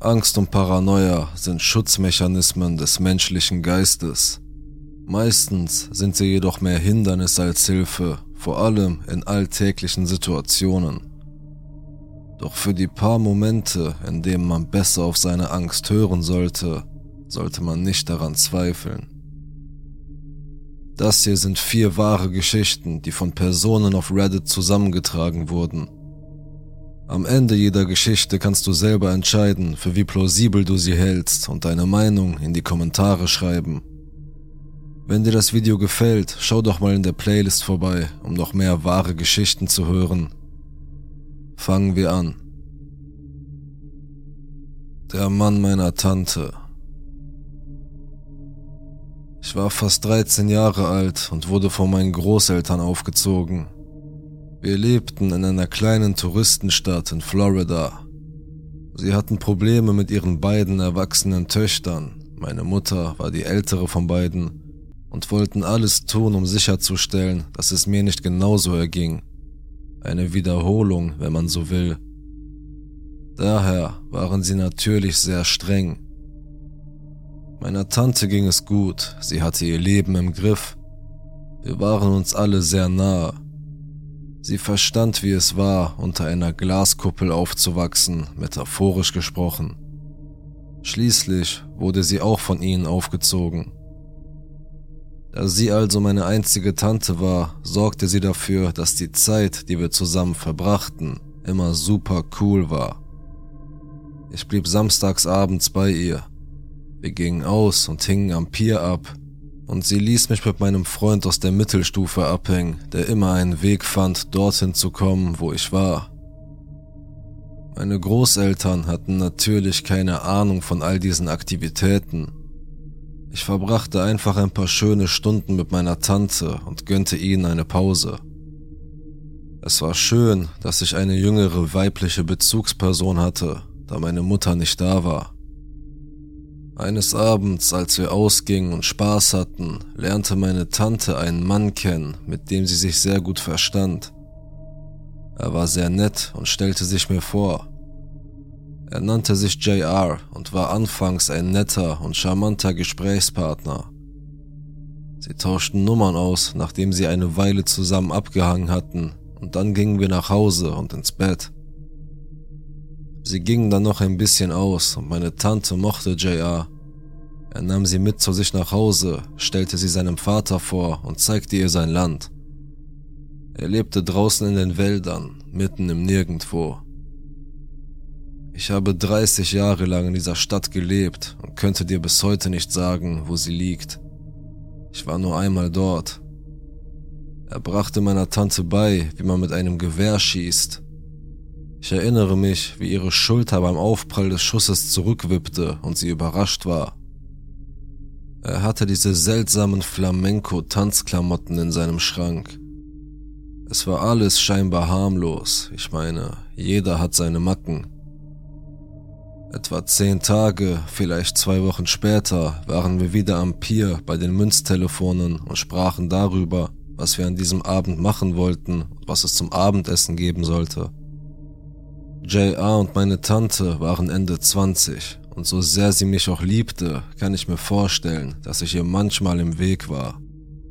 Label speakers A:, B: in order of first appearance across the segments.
A: Angst und Paranoia sind Schutzmechanismen des menschlichen Geistes. Meistens sind sie jedoch mehr Hindernis als Hilfe, vor allem in alltäglichen Situationen. Doch für die paar Momente, in denen man besser auf seine Angst hören sollte, sollte man nicht daran zweifeln. Das hier sind 4 wahre Geschichten, die von Personen auf Reddit zusammengetragen wurden. Am Ende jeder Geschichte kannst du selber entscheiden, für wie plausibel du sie hältst und deine Meinung in die Kommentare schreiben. Wenn dir das Video gefällt, schau doch mal in der Playlist vorbei, um noch mehr wahre Geschichten zu hören. Fangen wir an. Der Mann meiner Tante. Ich war fast 13 Jahre alt und wurde von meinen Großeltern aufgezogen. Wir lebten in einer kleinen Touristenstadt in Florida. Sie hatten Probleme mit ihren beiden erwachsenen Töchtern. Meine Mutter war die ältere von beiden und wollten alles tun, um sicherzustellen, dass es mir nicht genauso erging. Eine Wiederholung, wenn man so will. Daher waren sie natürlich sehr streng. Meiner Tante ging es gut, sie hatte ihr Leben im Griff. Wir waren uns alle sehr nahe. Sie verstand, wie es war, unter einer Glaskuppel aufzuwachsen, metaphorisch gesprochen. Schließlich wurde sie auch von ihnen aufgezogen. Da sie also meine einzige Tante war, sorgte sie dafür, dass die Zeit, die wir zusammen verbrachten, immer super cool war. Ich blieb samstags abends bei ihr. Wir gingen aus und hingen am Pier ab, und sie ließ mich mit meinem Freund aus der Mittelstufe abhängen, der immer einen Weg fand, dorthin zu kommen, wo ich war. Meine Großeltern hatten natürlich keine Ahnung von all diesen Aktivitäten. Ich verbrachte einfach ein paar schöne Stunden mit meiner Tante und gönnte ihnen eine Pause. Es war schön, dass ich eine jüngere weibliche Bezugsperson hatte, da meine Mutter nicht da war. Eines Abends, als wir ausgingen und Spaß hatten, lernte meine Tante einen Mann kennen, mit dem sie sich sehr gut verstand. Er war sehr nett und stellte sich mir vor. Er nannte sich JR und war anfangs ein netter und charmanter Gesprächspartner. Sie tauschten Nummern aus, nachdem sie eine Weile zusammen abgehangen hatten, und dann gingen wir nach Hause und ins Bett. Sie gingen dann noch ein bisschen aus und meine Tante mochte JR. Er nahm sie mit zu sich nach Hause, stellte sie seinem Vater vor und zeigte ihr sein Land. Er lebte draußen in den Wäldern, mitten im Nirgendwo. Ich habe 30 Jahre lang in dieser Stadt gelebt und könnte dir bis heute nicht sagen, wo sie liegt. Ich war nur einmal dort. Er brachte meiner Tante bei, wie man mit einem Gewehr schießt. Ich erinnere mich, wie ihre Schulter beim Aufprall des Schusses zurückwippte und sie überrascht war. Er hatte diese seltsamen Flamenco-Tanzklamotten in seinem Schrank. Es war alles scheinbar harmlos, ich meine, jeder hat seine Macken. Etwa 10 Tage, vielleicht 2 Wochen später, waren wir wieder am Pier bei den Münztelefonen und sprachen darüber, was wir an diesem Abend machen wollten und was es zum Abendessen geben sollte. JR und meine Tante waren Ende 20 und so sehr sie mich auch liebte, kann ich mir vorstellen, dass ich ihr manchmal im Weg war.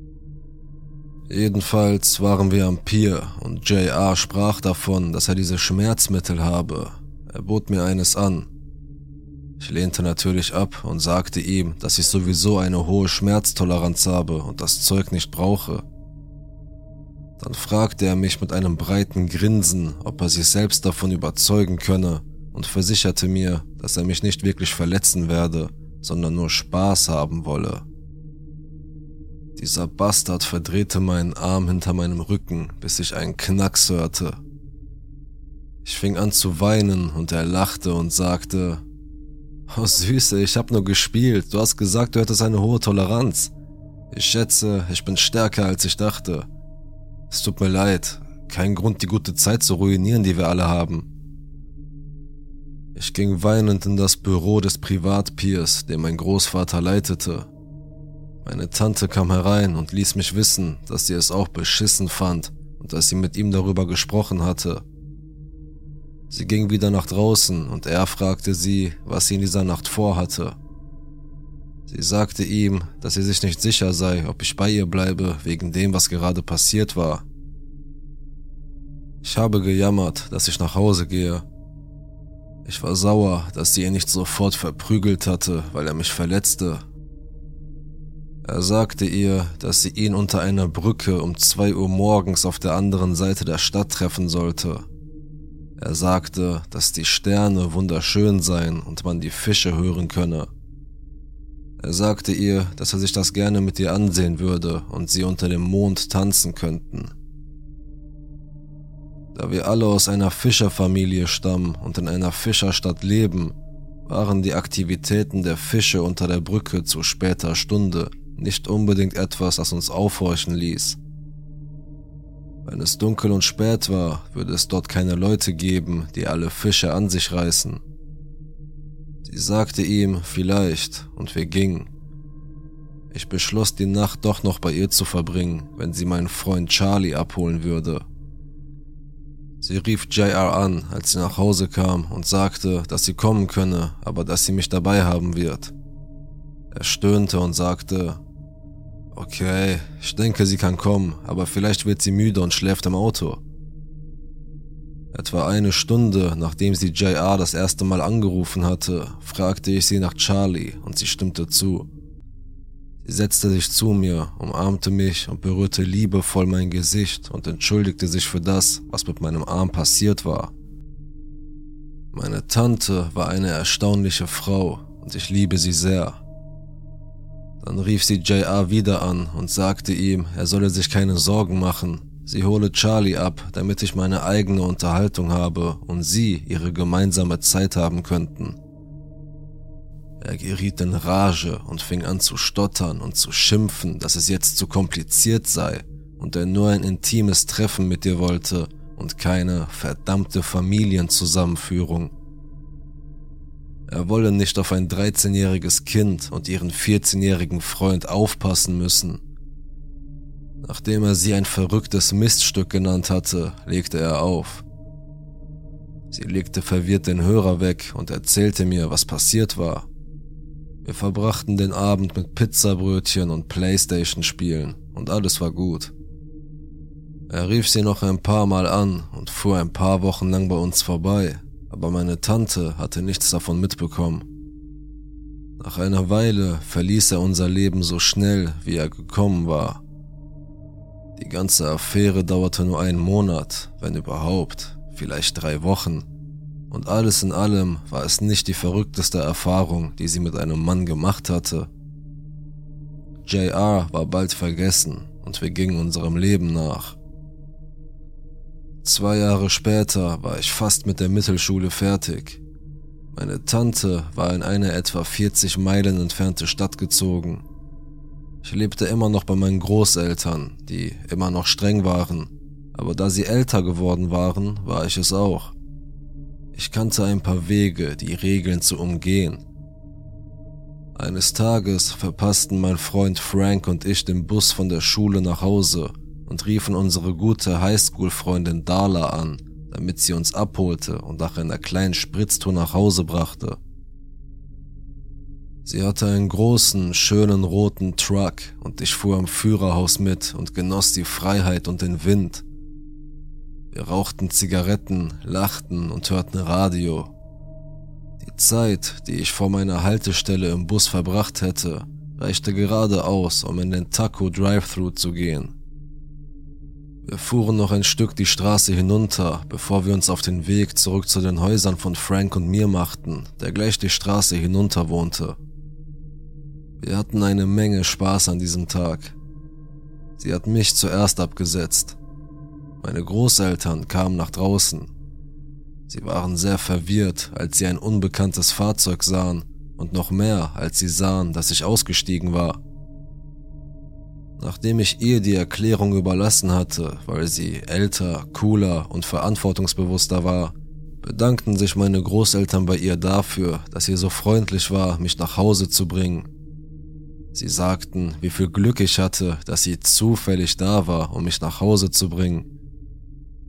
A: Jedenfalls waren wir am Pier und JR sprach davon, dass er diese Schmerzmittel habe. Er bot mir eines an. Ich lehnte natürlich ab und sagte ihm, dass ich sowieso eine hohe Schmerztoleranz habe und das Zeug nicht brauche. Dann fragte er mich mit einem breiten Grinsen, ob er sich selbst davon überzeugen könne und versicherte mir, dass er mich nicht wirklich verletzen werde, sondern nur Spaß haben wolle. Dieser Bastard verdrehte meinen Arm hinter meinem Rücken, bis ich einen Knacks hörte. Ich fing an zu weinen und er lachte und sagte: „Oh Süße, ich hab nur gespielt, du hast gesagt, du hättest eine hohe Toleranz. Ich schätze, ich bin stärker als ich dachte. Es tut mir leid, kein Grund, die gute Zeit zu ruinieren, die wir alle haben." Ich ging weinend in das Büro des Privatpiers, den mein Großvater leitete. Meine Tante kam herein und ließ mich wissen, dass sie es auch beschissen fand und dass sie mit ihm darüber gesprochen hatte. Sie ging wieder nach draußen und er fragte sie, was sie in dieser Nacht vorhatte. Sie sagte ihm, dass sie sich nicht sicher sei, ob ich bei ihr bleibe, wegen dem, was gerade passiert war. Ich habe gejammert, dass ich nach Hause gehe. Ich war sauer, dass sie ihn nicht sofort verprügelt hatte, weil er mich verletzte. Er sagte ihr, dass sie ihn unter einer Brücke um 2 Uhr morgens auf der anderen Seite der Stadt treffen sollte. Er sagte, dass die Sterne wunderschön seien und man die Fische hören könne. Er sagte ihr, dass er sich das gerne mit ihr ansehen würde und sie unter dem Mond tanzen könnten. Da wir alle aus einer Fischerfamilie stammen und in einer Fischerstadt leben, waren die Aktivitäten der Fische unter der Brücke zu später Stunde nicht unbedingt etwas, das uns aufhorchen ließ. Wenn es dunkel und spät war, würde es dort keine Leute geben, die alle Fische an sich reißen. Sie sagte ihm, vielleicht, und wir gingen. Ich beschloss, die Nacht doch noch bei ihr zu verbringen, wenn sie meinen Freund Charlie abholen würde. Sie rief JR an, als sie nach Hause kam und sagte, dass sie kommen könne, aber dass sie mich dabei haben wird. Er stöhnte und sagte, okay, ich denke, sie kann kommen, aber vielleicht wird sie müde und schläft im Auto. Etwa 1 Stunde, nachdem sie JR das erste Mal angerufen hatte, fragte ich sie nach Charlie und sie stimmte zu. Sie setzte sich zu mir, umarmte mich und berührte liebevoll mein Gesicht und entschuldigte sich für das, was mit meinem Arm passiert war. Meine Tante war eine erstaunliche Frau und ich liebe sie sehr. Dann rief sie JR wieder an und sagte ihm, er solle sich keine Sorgen machen. Sie hole Charlie ab, damit ich meine eigene Unterhaltung habe und sie ihre gemeinsame Zeit haben könnten. Er geriet in Rage und fing an zu stottern und zu schimpfen, dass es jetzt zu kompliziert sei und er nur ein intimes Treffen mit ihr wollte und keine verdammte Familienzusammenführung. Er wolle nicht auf ein 13-jähriges Kind und ihren 14-jährigen Freund aufpassen müssen. Nachdem er sie ein verrücktes Miststück genannt hatte, legte er auf. Sie legte verwirrt den Hörer weg und erzählte mir, was passiert war. Wir verbrachten den Abend mit Pizzabrötchen und Playstation-Spielen und alles war gut. Er rief sie noch ein paar Mal an und fuhr ein paar Wochen lang bei uns vorbei, aber meine Tante hatte nichts davon mitbekommen. Nach einer Weile verließ er unser Leben so schnell, wie er gekommen war. Die ganze Affäre dauerte nur 1 Monat, wenn überhaupt, vielleicht 3 Wochen. Und alles in allem war es nicht die verrückteste Erfahrung, die sie mit einem Mann gemacht hatte. JR war bald vergessen und wir gingen unserem Leben nach. 2 Jahre später war ich fast mit der Mittelschule fertig. Meine Tante war in eine etwa 40 Meilen entfernte Stadt gezogen. Ich lebte immer noch bei meinen Großeltern, die immer noch streng waren, aber da sie älter geworden waren, war ich es auch. Ich kannte ein paar Wege, die Regeln zu umgehen. Eines Tages verpassten mein Freund Frank und ich den Bus von der Schule nach Hause und riefen unsere gute Highschool-Freundin Darla an, damit sie uns abholte und nach einer kleinen Spritztour nach Hause brachte. Sie hatte einen großen, schönen roten Truck und ich fuhr am Führerhaus mit und genoss die Freiheit und den Wind. Wir rauchten Zigaretten, lachten und hörten Radio. Die Zeit, die ich vor meiner Haltestelle im Bus verbracht hätte, reichte gerade aus, um in den Taco Drive-Thru zu gehen. Wir fuhren noch ein Stück die Straße hinunter, bevor wir uns auf den Weg zurück zu den Häusern von Frank und mir machten, der gleich die Straße hinunter wohnte. Wir hatten eine Menge Spaß an diesem Tag. Sie hat mich zuerst abgesetzt. Meine Großeltern kamen nach draußen. Sie waren sehr verwirrt, als sie ein unbekanntes Fahrzeug sahen und noch mehr, als sie sahen, dass ich ausgestiegen war. Nachdem ich ihr die Erklärung überlassen hatte, weil sie älter, cooler und verantwortungsbewusster war, bedankten sich meine Großeltern bei ihr dafür, dass sie so freundlich war, mich nach Hause zu bringen. Sie sagten, wie viel Glück ich hatte, dass sie zufällig da war, um mich nach Hause zu bringen.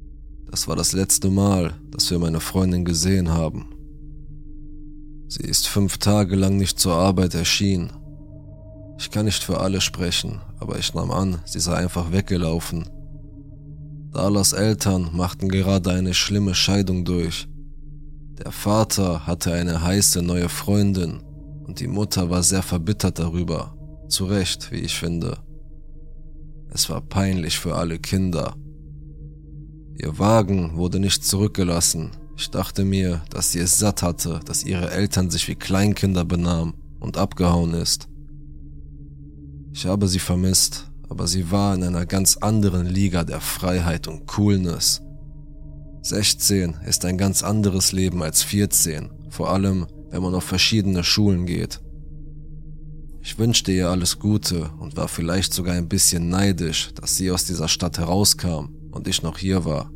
A: Das war das letzte Mal, dass wir meine Freundin gesehen haben. Sie ist 5 Tage lang nicht zur Arbeit erschienen. Ich kann nicht für alle sprechen, aber ich nahm an, sie sei einfach weggelaufen. Darlas Eltern machten gerade eine schlimme Scheidung durch. Der Vater hatte eine heiße neue Freundin und die Mutter war sehr verbittert darüber. Zu Recht, wie ich finde. Es war peinlich für alle Kinder. Ihr Wagen wurde nicht zurückgelassen. Ich dachte mir, dass sie es satt hatte, dass ihre Eltern sich wie Kleinkinder benahmen und abgehauen ist. Ich habe sie vermisst, aber sie war in einer ganz anderen Liga der Freiheit und Coolness. 16 ist ein ganz anderes Leben als 14, vor allem, wenn man auf verschiedene Schulen geht. Ich wünschte ihr alles Gute und war vielleicht sogar ein bisschen neidisch, dass sie aus dieser Stadt herauskam und ich noch hier war.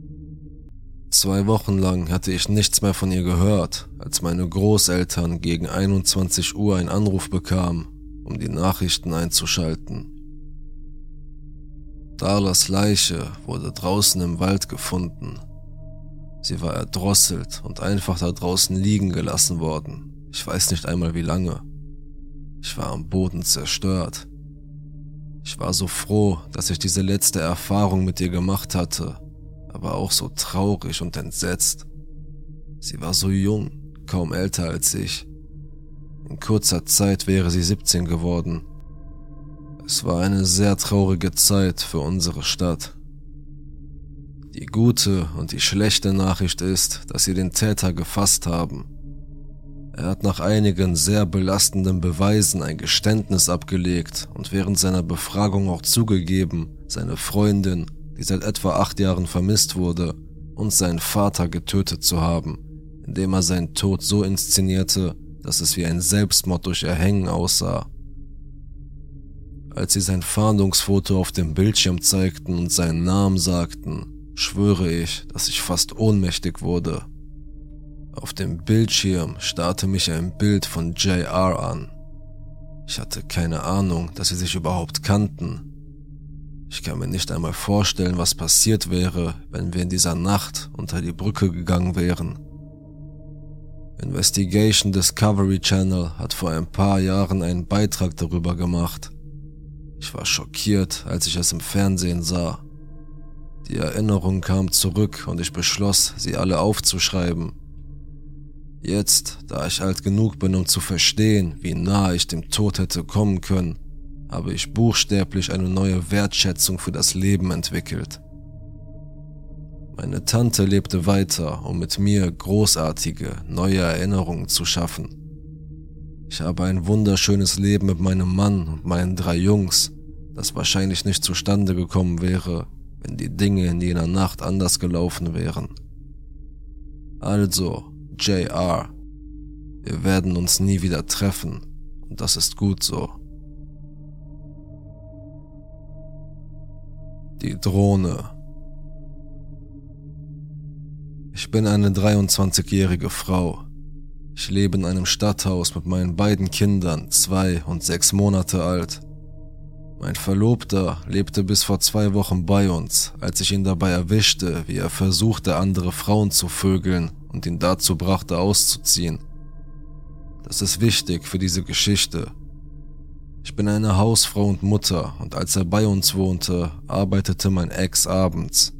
A: 2 Wochen lang hatte ich nichts mehr von ihr gehört, als meine Großeltern gegen 21 Uhr einen Anruf bekamen, um die Nachrichten einzuschalten. Darlas Leiche wurde draußen im Wald gefunden. Sie war erdrosselt und einfach da draußen liegen gelassen worden. Ich weiß nicht einmal wie lange. Ich war am Boden zerstört. Ich war so froh, dass ich diese letzte Erfahrung mit ihr gemacht hatte, aber auch so traurig und entsetzt. Sie war so jung, kaum älter als ich. In kurzer Zeit wäre sie 17 geworden. Es war eine sehr traurige Zeit für unsere Stadt. Die gute und die schlechte Nachricht ist, dass sie den Täter gefasst haben. Er hat nach einigen sehr belastenden Beweisen ein Geständnis abgelegt und während seiner Befragung auch zugegeben, seine Freundin, die seit etwa 8 Jahren vermisst wurde, und seinen Vater getötet zu haben, indem er seinen Tod so inszenierte, dass es wie ein Selbstmord durch Erhängen aussah. Als sie sein Fahndungsfoto auf dem Bildschirm zeigten und seinen Namen sagten, schwöre ich, dass ich fast ohnmächtig wurde. Auf dem Bildschirm starrte mich ein Bild von JR an. Ich hatte keine Ahnung, dass sie sich überhaupt kannten. Ich kann mir nicht einmal vorstellen, was passiert wäre, wenn wir in dieser Nacht unter die Brücke gegangen wären. Investigation Discovery Channel hat vor ein paar Jahren einen Beitrag darüber gemacht. Ich war schockiert, als ich es im Fernsehen sah. Die Erinnerung kam zurück und ich beschloss, sie alle aufzuschreiben. Jetzt, da ich alt genug bin, um zu verstehen, wie nahe ich dem Tod hätte kommen können, habe ich buchstäblich eine neue Wertschätzung für das Leben entwickelt. Meine Tante lebte weiter, um mit mir großartige, neue Erinnerungen zu schaffen. Ich habe ein wunderschönes Leben mit meinem Mann und meinen 3 Jungs, das wahrscheinlich nicht zustande gekommen wäre, wenn die Dinge in jener Nacht anders gelaufen wären. Also, JR, wir werden uns nie wieder treffen und das ist gut so. Die Drohne. Ich bin eine 23-jährige Frau. Ich lebe in einem Stadthaus mit meinen beiden Kindern, 2 und 6 Monate alt. Mein Verlobter lebte bis vor 2 Wochen bei uns, als ich ihn dabei erwischte, wie er versuchte, andere Frauen zu vögeln und ihn dazu brachte, auszuziehen. Das ist wichtig für diese Geschichte. Ich bin eine Hausfrau und Mutter und als er bei uns wohnte, arbeitete mein Ex abends.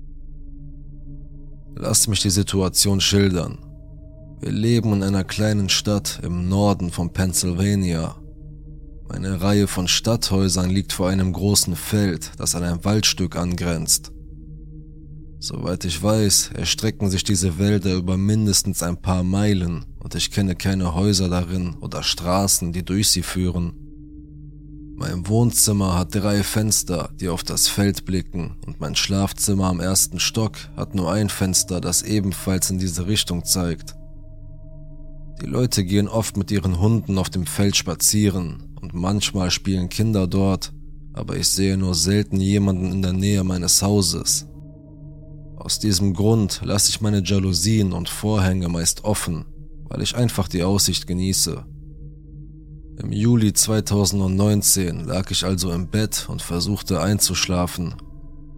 A: Lasst mich die Situation schildern. Wir leben in einer kleinen Stadt im Norden von Pennsylvania. Eine Reihe von Stadthäusern liegt vor einem großen Feld, das an ein Waldstück angrenzt. Soweit ich weiß, erstrecken sich diese Wälder über mindestens ein paar Meilen und ich kenne keine Häuser darin oder Straßen, die durch sie führen. Mein Wohnzimmer hat 3 Fenster, die auf das Feld blicken und mein Schlafzimmer am 1. Stock hat nur ein Fenster, das ebenfalls in diese Richtung zeigt. Die Leute gehen oft mit ihren Hunden auf dem Feld spazieren und manchmal spielen Kinder dort, aber ich sehe nur selten jemanden in der Nähe meines Hauses. Aus diesem Grund lasse ich meine Jalousien und Vorhänge meist offen, weil ich einfach die Aussicht genieße. Im Juli 2019 lag ich also im Bett und versuchte einzuschlafen.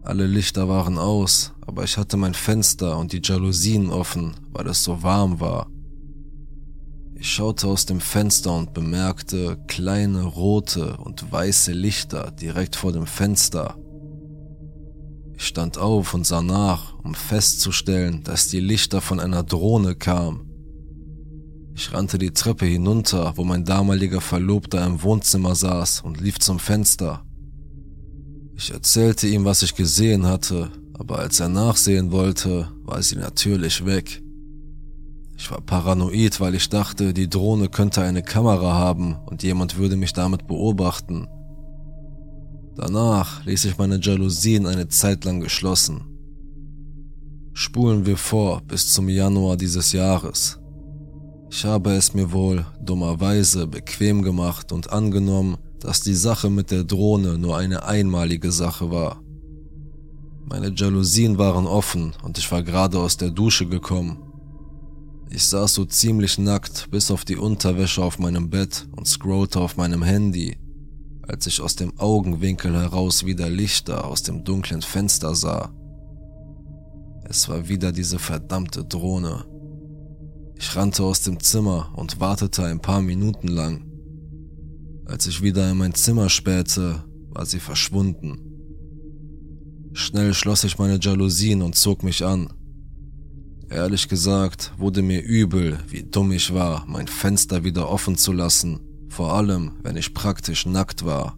A: Alle Lichter waren aus, aber ich hatte mein Fenster und die Jalousien offen, weil es so warm war. Ich schaute aus dem Fenster und bemerkte kleine rote und weiße Lichter direkt vor dem Fenster. Ich stand auf und sah nach, um festzustellen, dass die Lichter von einer Drohne kamen. Ich rannte die Treppe hinunter, wo mein damaliger Verlobter im Wohnzimmer saß, und lief zum Fenster. Ich erzählte ihm, was ich gesehen hatte, aber als er nachsehen wollte, war sie natürlich weg. Ich war paranoid, weil ich dachte, die Drohne könnte eine Kamera haben und jemand würde mich damit beobachten. Danach ließ ich meine Jalousien eine Zeit lang geschlossen. Spulen wir vor bis zum Januar dieses Jahres. Ich habe es mir wohl dummerweise bequem gemacht und angenommen, dass die Sache mit der Drohne nur eine einmalige Sache war. Meine Jalousien waren offen und ich war gerade aus der Dusche gekommen. Ich saß so ziemlich nackt bis auf die Unterwäsche auf meinem Bett und scrollte auf meinem Handy, als ich aus dem Augenwinkel heraus wieder Lichter aus dem dunklen Fenster sah. Es war wieder diese verdammte Drohne. Ich rannte aus dem Zimmer und wartete ein paar Minuten lang. Als ich wieder in mein Zimmer spähte, war sie verschwunden. Schnell schloss ich meine Jalousien und zog mich an. Ehrlich gesagt wurde mir übel, wie dumm ich war, mein Fenster wieder offen zu lassen, vor allem, wenn ich praktisch nackt war.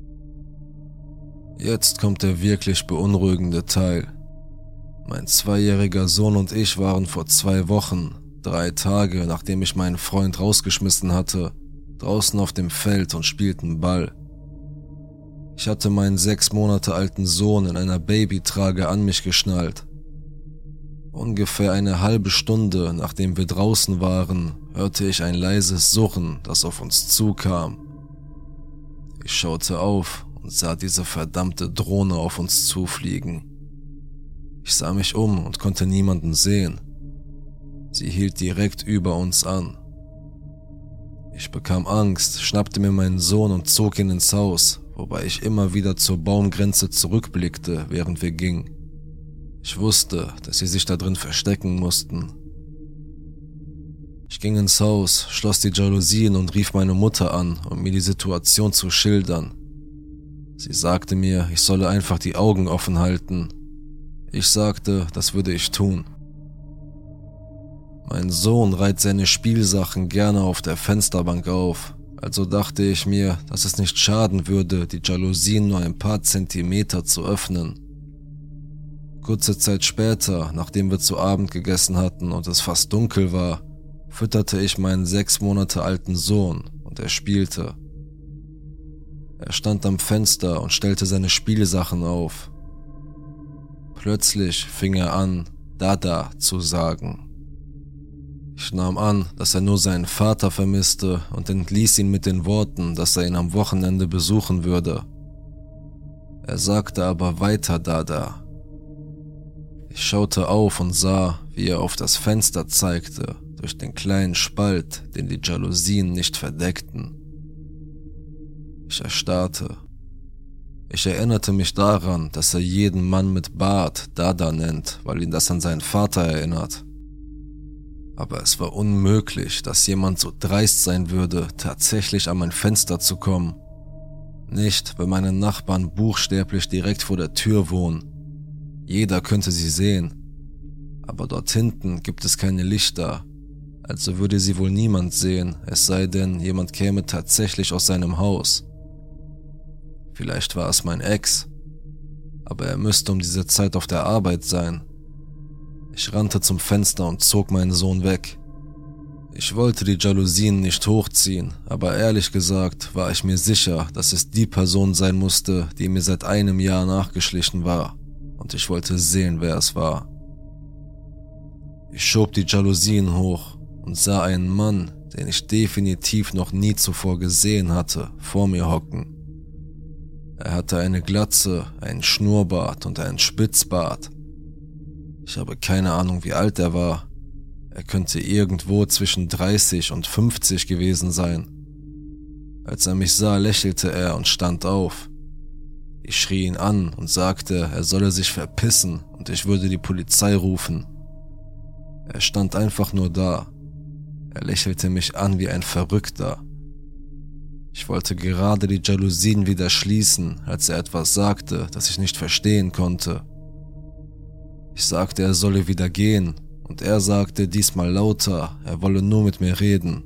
A: Jetzt kommt der wirklich beunruhigende Teil. Mein 2-jähriger Sohn und ich waren vor 2 Wochen, 3 Tage nachdem ich meinen Freund rausgeschmissen hatte, draußen auf dem Feld und spielten Ball. Ich hatte meinen 6 Monate alten Sohn in einer Babytrage an mich geschnallt. Ungefähr eine halbe Stunde nachdem wir draußen waren, hörte ich ein leises Surren, das auf uns zukam. Ich schaute auf und sah diese verdammte Drohne auf uns zufliegen. Ich sah mich um und konnte niemanden sehen. Sie hielt direkt über uns an. Ich bekam Angst, schnappte mir meinen Sohn und zog ihn ins Haus, wobei ich immer wieder zur Baumgrenze zurückblickte, während wir gingen. Ich wusste, dass sie sich da drin verstecken mussten. Ich ging ins Haus, schloss die Jalousien und rief meine Mutter an, um mir die Situation zu schildern. Sie sagte mir, ich solle einfach die Augen offen halten. Ich sagte, das würde ich tun. Mein Sohn reiht seine Spielsachen gerne auf der Fensterbank auf, also dachte ich mir, dass es nicht schaden würde, die Jalousien nur ein paar Zentimeter zu öffnen. Kurze Zeit später, nachdem wir zu Abend gegessen hatten und es fast dunkel war, fütterte ich meinen 6 Monate alten Sohn und er spielte. Er stand am Fenster und stellte seine Spielsachen auf. Plötzlich fing er an, Dada zu sagen. Ich nahm an, dass er nur seinen Vater vermisste und entließ ihn mit den Worten, dass er ihn am Wochenende besuchen würde. Er sagte aber weiter Dada. Ich schaute auf und sah, wie er auf das Fenster zeigte, durch den kleinen Spalt, den die Jalousien nicht verdeckten. Ich erstarrte. Ich erinnerte mich daran, dass er jeden Mann mit Bart Dada nennt, weil ihn das an seinen Vater erinnert. Aber es war unmöglich, dass jemand so dreist sein würde, tatsächlich an mein Fenster zu kommen. Nicht, wenn meine Nachbarn buchstäblich direkt vor der Tür wohnen. Jeder könnte sie sehen. Aber dort hinten gibt es keine Lichter, also würde sie wohl niemand sehen, es sei denn, jemand käme tatsächlich aus seinem Haus. Vielleicht war es mein Ex, aber er müsste um diese Zeit auf der Arbeit sein. Ich rannte zum Fenster und zog meinen Sohn weg. Ich wollte die Jalousien nicht hochziehen, aber ehrlich gesagt war ich mir sicher, dass es die Person sein musste, die mir seit einem Jahr nachgeschlichen war, und ich wollte sehen, wer es war. Ich schob die Jalousien hoch und sah einen Mann, den ich definitiv noch nie zuvor gesehen hatte, vor mir hocken. Er hatte eine Glatze, einen Schnurrbart und einen Spitzbart. Ich habe keine Ahnung, wie alt er war. Er könnte irgendwo zwischen 30 und 50 gewesen sein. Als er mich sah, lächelte er und stand auf. Ich schrie ihn an und sagte, er solle sich verpissen und ich würde die Polizei rufen. Er stand einfach nur da. Er lächelte mich an wie ein Verrückter. Ich wollte gerade die Jalousien wieder schließen, als er etwas sagte, das ich nicht verstehen konnte. Ich sagte, er solle wieder gehen, und er sagte diesmal lauter, er wolle nur mit mir reden.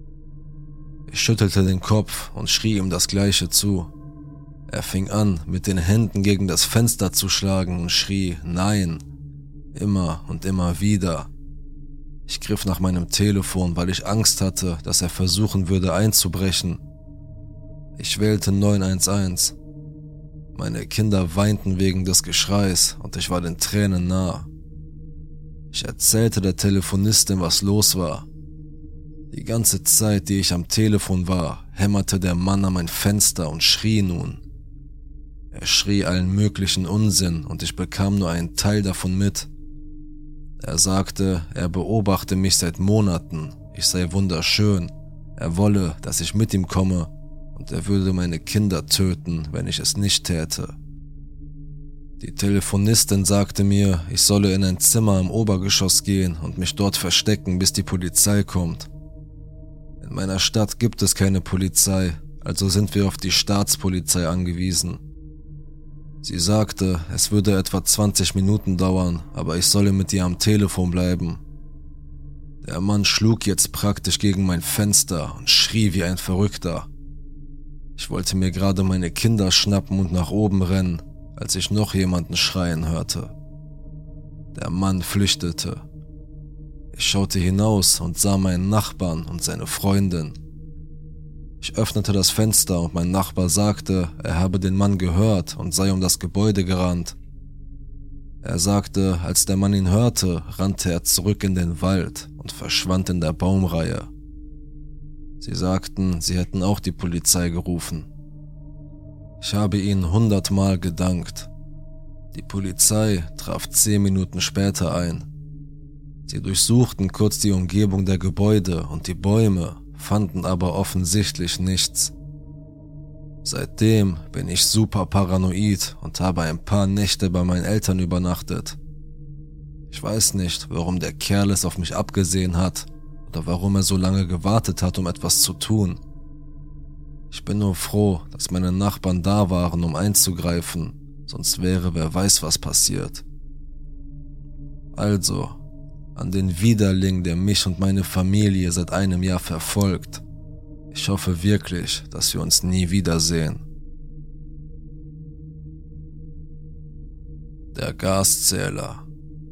A: Ich schüttelte den Kopf und schrie ihm das Gleiche zu. Er fing an, mit den Händen gegen das Fenster zu schlagen und schrie Nein, immer und immer wieder. Ich griff nach meinem Telefon, weil ich Angst hatte, dass er versuchen würde einzubrechen. Ich wählte 911. Meine Kinder weinten wegen des Geschreis und ich war den Tränen nah. Ich erzählte der Telefonistin, was los war. Die ganze Zeit, die ich am Telefon war, hämmerte der Mann an mein Fenster und schrie nun. Er schrie allen möglichen Unsinn und ich bekam nur einen Teil davon mit. Er sagte, er beobachte mich seit Monaten, ich sei wunderschön, er wolle, dass ich mit ihm komme und er würde meine Kinder töten, wenn ich es nicht täte. Die Telefonistin sagte mir, ich solle in ein Zimmer im Obergeschoss gehen und mich dort verstecken, bis die Polizei kommt. In meiner Stadt gibt es keine Polizei, also sind wir auf die Staatspolizei angewiesen. Sie sagte, es würde etwa 20 Minuten dauern, aber ich solle mit ihr am Telefon bleiben. Der Mann schlug jetzt praktisch gegen mein Fenster und schrie wie ein Verrückter. Ich wollte mir gerade meine Kinder schnappen und nach oben rennen, als ich noch jemanden schreien hörte. Der Mann flüchtete. Ich schaute hinaus und sah meinen Nachbarn und seine Freundin. Ich öffnete das Fenster und mein Nachbar sagte, er habe den Mann gehört und sei um das Gebäude gerannt. Er sagte, als der Mann ihn hörte, rannte er zurück in den Wald und verschwand in der Baumreihe. Sie sagten, sie hätten auch die Polizei gerufen. Ich habe ihnen 100-mal gedankt. Die Polizei traf 10 Minuten später ein. Sie durchsuchten kurz die Umgebung der Gebäude und die Bäume, fanden aber offensichtlich nichts. Seitdem bin ich super paranoid und habe ein paar Nächte bei meinen Eltern übernachtet. Ich weiß nicht, warum der Kerl es auf mich abgesehen hat oder warum er so lange gewartet hat, um etwas zu tun. Ich bin nur froh, dass meine Nachbarn da waren, um einzugreifen, sonst wäre wer weiß was passiert. Also, an den Widerling, der mich und meine Familie seit einem Jahr verfolgt. Ich hoffe wirklich, dass wir uns nie wiedersehen. Der Gaszähler.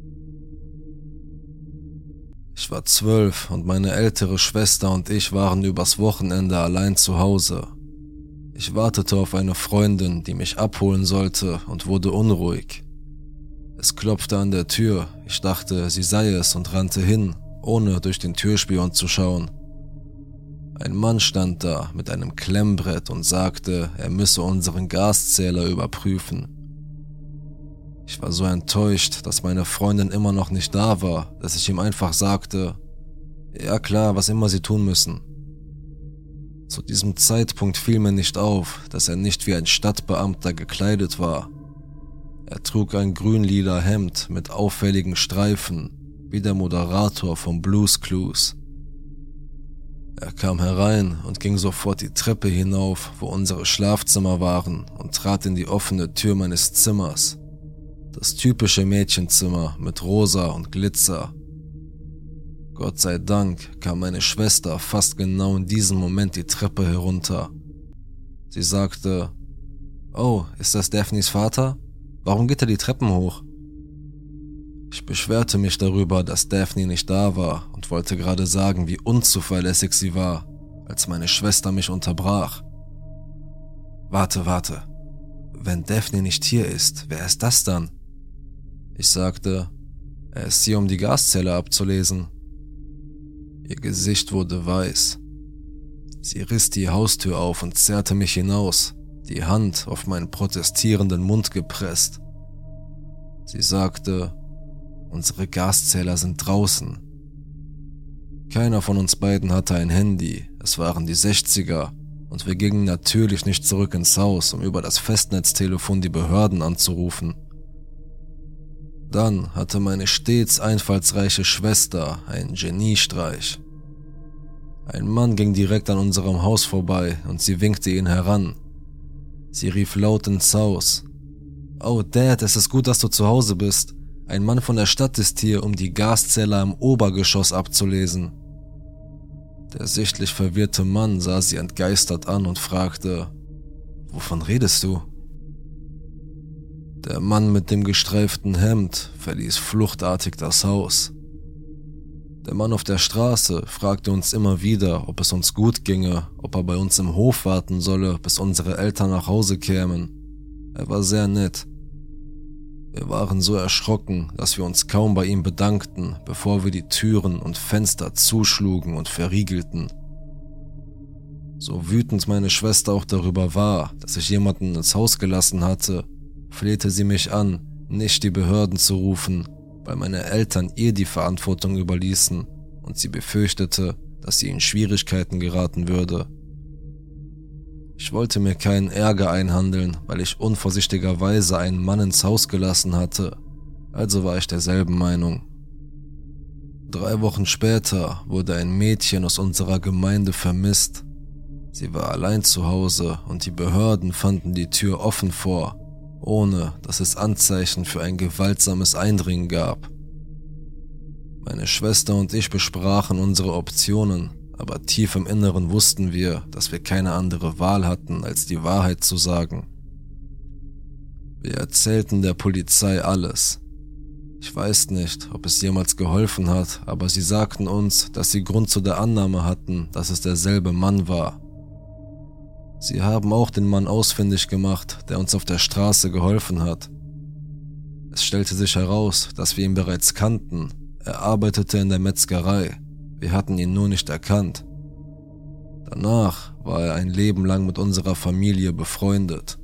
A: Ich war 12 und meine ältere Schwester und ich waren übers Wochenende allein zu Hause. Ich wartete auf eine Freundin, die mich abholen sollte und wurde unruhig. Es klopfte an der Tür, ich dachte, sie sei es und rannte hin, ohne durch den Türspion zu schauen. Ein Mann stand da mit einem Klemmbrett und sagte, er müsse unseren Gaszähler überprüfen. Ich war so enttäuscht, dass meine Freundin immer noch nicht da war, dass ich ihm einfach sagte, ja klar, was immer sie tun müssen. Zu diesem Zeitpunkt fiel mir nicht auf, dass er nicht wie ein Stadtbeamter gekleidet war. Er trug ein grün-lila Hemd mit auffälligen Streifen, wie der Moderator von Blue's Clues. Er kam herein und ging sofort die Treppe hinauf, wo unsere Schlafzimmer waren, und trat in die offene Tür meines Zimmers. Das typische Mädchenzimmer mit Rosa und Glitzer. Gott sei Dank kam meine Schwester fast genau in diesem Moment die Treppe herunter. Sie sagte, »Oh, ist das Daphnes Vater? Warum geht er die Treppen hoch?« Ich beschwerte mich darüber, dass Daphne nicht da war und wollte gerade sagen, wie unzuverlässig sie war, als meine Schwester mich unterbrach. Warte. Wenn Daphne nicht hier ist, wer ist das dann? Ich sagte, er ist hier, um die Gaszähler abzulesen. Ihr Gesicht wurde weiß. Sie riss die Haustür auf und zerrte mich hinaus, die Hand auf meinen protestierenden Mund gepresst. Sie sagte, unsere Gaszähler sind draußen. Keiner von uns beiden hatte ein Handy, es waren die 60er und wir gingen natürlich nicht zurück ins Haus, um über das Festnetztelefon die Behörden anzurufen. Dann hatte meine stets einfallsreiche Schwester einen Geniestreich. Ein Mann ging direkt an unserem Haus vorbei und sie winkte ihn heran. Sie rief laut ins Haus: »Oh Dad, es ist gut, dass du zu Hause bist. Ein Mann von der Stadt ist hier, um die Gaszähler im Obergeschoss abzulesen.« Der sichtlich verwirrte Mann sah sie entgeistert an und fragte: »Wovon redest du?« Der Mann mit dem gestreiften Hemd verließ fluchtartig das Haus. Der Mann auf der Straße fragte uns immer wieder, ob es uns gut ginge, ob er bei uns im Hof warten solle, bis unsere Eltern nach Hause kämen. Er war sehr nett. Wir waren so erschrocken, dass wir uns kaum bei ihm bedankten, bevor wir die Türen und Fenster zuschlugen und verriegelten. So wütend meine Schwester auch darüber war, dass ich jemanden ins Haus gelassen hatte, flehte sie mich an, nicht die Behörden zu rufen, weil meine Eltern ihr die Verantwortung überließen und sie befürchtete, dass sie in Schwierigkeiten geraten würde. Ich wollte mir keinen Ärger einhandeln, weil ich unvorsichtigerweise einen Mann ins Haus gelassen hatte, also war ich derselben Meinung. 3 Wochen später wurde ein Mädchen aus unserer Gemeinde vermisst. Sie war allein zu Hause und die Behörden fanden die Tür offen vor, ohne dass es Anzeichen für ein gewaltsames Eindringen gab. Meine Schwester und ich besprachen unsere Optionen, aber tief im Inneren wussten wir, dass wir keine andere Wahl hatten, als die Wahrheit zu sagen. Wir erzählten der Polizei alles. Ich weiß nicht, ob es jemals geholfen hat, aber sie sagten uns, dass sie Grund zu der Annahme hatten, dass es derselbe Mann war. Sie haben auch den Mann ausfindig gemacht, der uns auf der Straße geholfen hat. Es stellte sich heraus, dass wir ihn bereits kannten. Er arbeitete in der Metzgerei. Wir hatten ihn nur nicht erkannt. Danach war er ein Leben lang mit unserer Familie befreundet.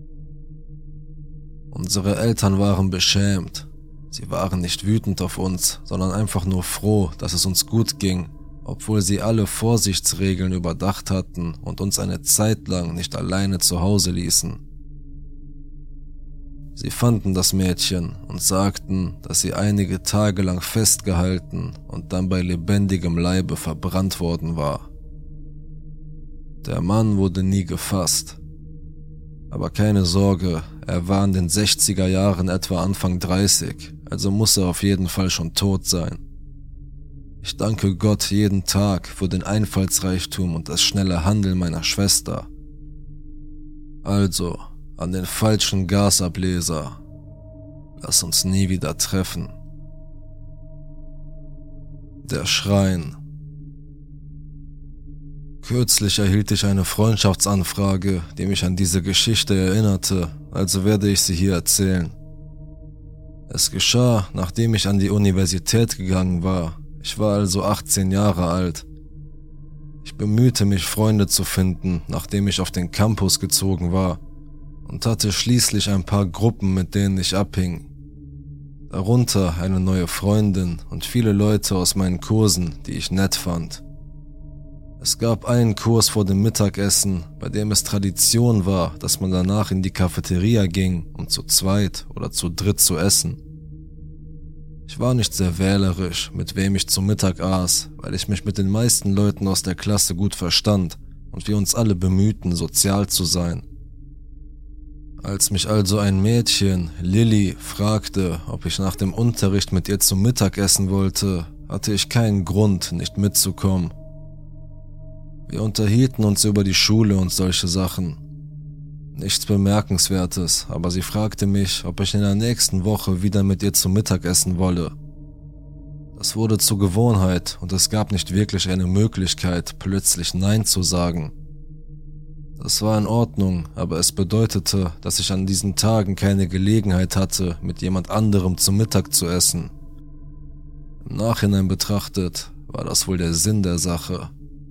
A: Unsere Eltern waren beschämt. Sie waren nicht wütend auf uns, sondern einfach nur froh, dass es uns gut ging, obwohl sie alle Vorsichtsregeln überdacht hatten und uns eine Zeit lang nicht alleine zu Hause ließen. Sie fanden das Mädchen und sagten, dass sie einige Tage lang festgehalten und dann bei lebendigem Leibe verbrannt worden war. Der Mann wurde nie gefasst. Aber keine Sorge, er war in den 60er Jahren etwa Anfang 30, also muss er auf jeden Fall schon tot sein. Ich danke Gott jeden Tag für den Einfallsreichtum und das schnelle Handeln meiner Schwester. Also, an den falschen Gasableser. Lass uns nie wieder treffen. Der Schrein. Kürzlich erhielt ich eine Freundschaftsanfrage, die mich an diese Geschichte erinnerte, also werde ich sie hier erzählen. Es geschah, nachdem ich an die Universität gegangen war. Ich war also 18 Jahre alt. Ich bemühte mich, Freunde zu finden, nachdem ich auf den Campus gezogen war, und hatte schließlich ein paar Gruppen, mit denen ich abhing. Darunter eine neue Freundin und viele Leute aus meinen Kursen, die ich nett fand. Es gab einen Kurs vor dem Mittagessen, bei dem es Tradition war, dass man danach in die Cafeteria ging, um zu zweit oder zu dritt zu essen. Ich war nicht sehr wählerisch, mit wem ich zu Mittag aß, weil ich mich mit den meisten Leuten aus der Klasse gut verstand und wir uns alle bemühten, sozial zu sein. Als mich also ein Mädchen, Lilly, fragte, ob ich nach dem Unterricht mit ihr zum Mittag essen wollte, hatte ich keinen Grund, nicht mitzukommen. Wir unterhielten uns über die Schule und solche Sachen. Nichts Bemerkenswertes, aber sie fragte mich, ob ich in der nächsten Woche wieder mit ihr zum Mittag essen wolle. Das wurde zur Gewohnheit und es gab nicht wirklich eine Möglichkeit, plötzlich Nein zu sagen. Das war in Ordnung, aber es bedeutete, dass ich an diesen Tagen keine Gelegenheit hatte, mit jemand anderem zum Mittag zu essen. Im Nachhinein betrachtet war das wohl der Sinn der Sache.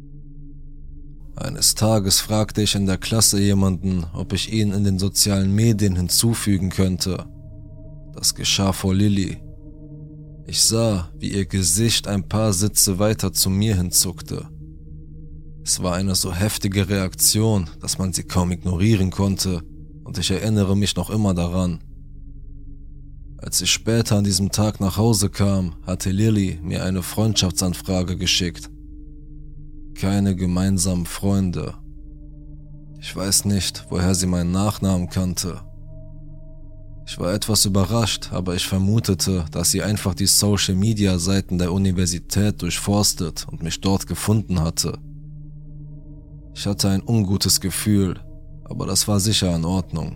A: Eines Tages fragte ich in der Klasse jemanden, ob ich ihn in den sozialen Medien hinzufügen könnte. Das geschah vor Lilly. Ich sah, wie ihr Gesicht ein paar Sitze weiter zu mir hinzuckte. Es war eine so heftige Reaktion, dass man sie kaum ignorieren konnte, und ich erinnere mich noch immer daran. Als ich später an diesem Tag nach Hause kam, hatte Lily mir eine Freundschaftsanfrage geschickt. Keine gemeinsamen Freunde. Ich weiß nicht, woher sie meinen Nachnamen kannte. Ich war etwas überrascht, aber ich vermutete, dass sie einfach die Social-Media-Seiten der Universität durchforstet und mich dort gefunden hatte. Ich hatte ein ungutes Gefühl, aber das war sicher in Ordnung.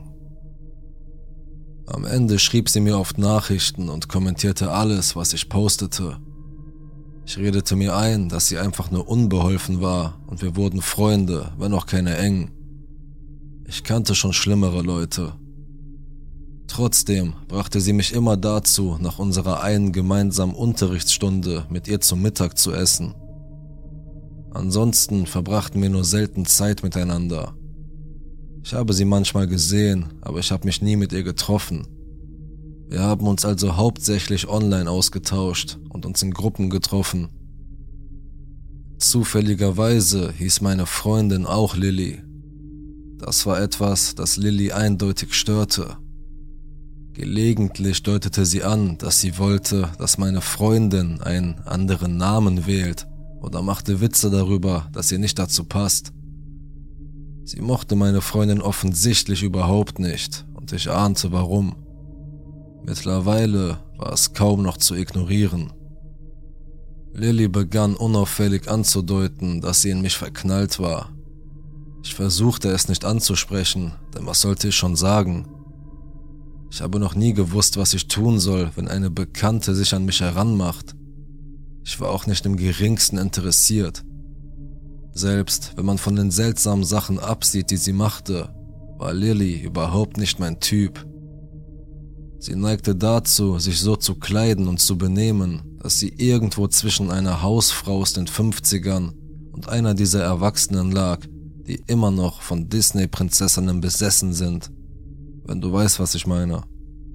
A: Am Ende schrieb sie mir oft Nachrichten und kommentierte alles, was ich postete. Ich redete mir ein, dass sie einfach nur unbeholfen war und wir wurden Freunde, wenn auch keine engen. Ich kannte schon schlimmere Leute. Trotzdem brachte sie mich immer dazu, nach unserer einen gemeinsamen Unterrichtsstunde mit ihr zum Mittag zu essen. Ansonsten verbrachten wir nur selten Zeit miteinander. Ich habe sie manchmal gesehen, aber ich habe mich nie mit ihr getroffen. Wir haben uns also hauptsächlich online ausgetauscht und uns in Gruppen getroffen. Zufälligerweise hieß meine Freundin auch Lily. Das war etwas, das Lily eindeutig störte. Gelegentlich deutete sie an, dass sie wollte, dass meine Freundin einen anderen Namen wählt, oder machte Witze darüber, dass sie nicht dazu passt. Sie mochte meine Freundin offensichtlich überhaupt nicht, und ich ahnte warum. Mittlerweile war es kaum noch zu ignorieren. Lily begann unauffällig anzudeuten, dass sie in mich verknallt war. Ich versuchte es nicht anzusprechen, denn was sollte ich schon sagen? Ich habe noch nie gewusst, was ich tun soll, wenn eine Bekannte sich an mich heranmacht. Ich war auch nicht im geringsten interessiert. Selbst wenn man von den seltsamen Sachen absieht, die sie machte, war Lily überhaupt nicht mein Typ. Sie neigte dazu, sich so zu kleiden und zu benehmen, dass sie irgendwo zwischen einer Hausfrau aus den 50ern und einer dieser Erwachsenen lag, die immer noch von Disney-Prinzessinnen besessen sind, wenn du weißt, was ich meine.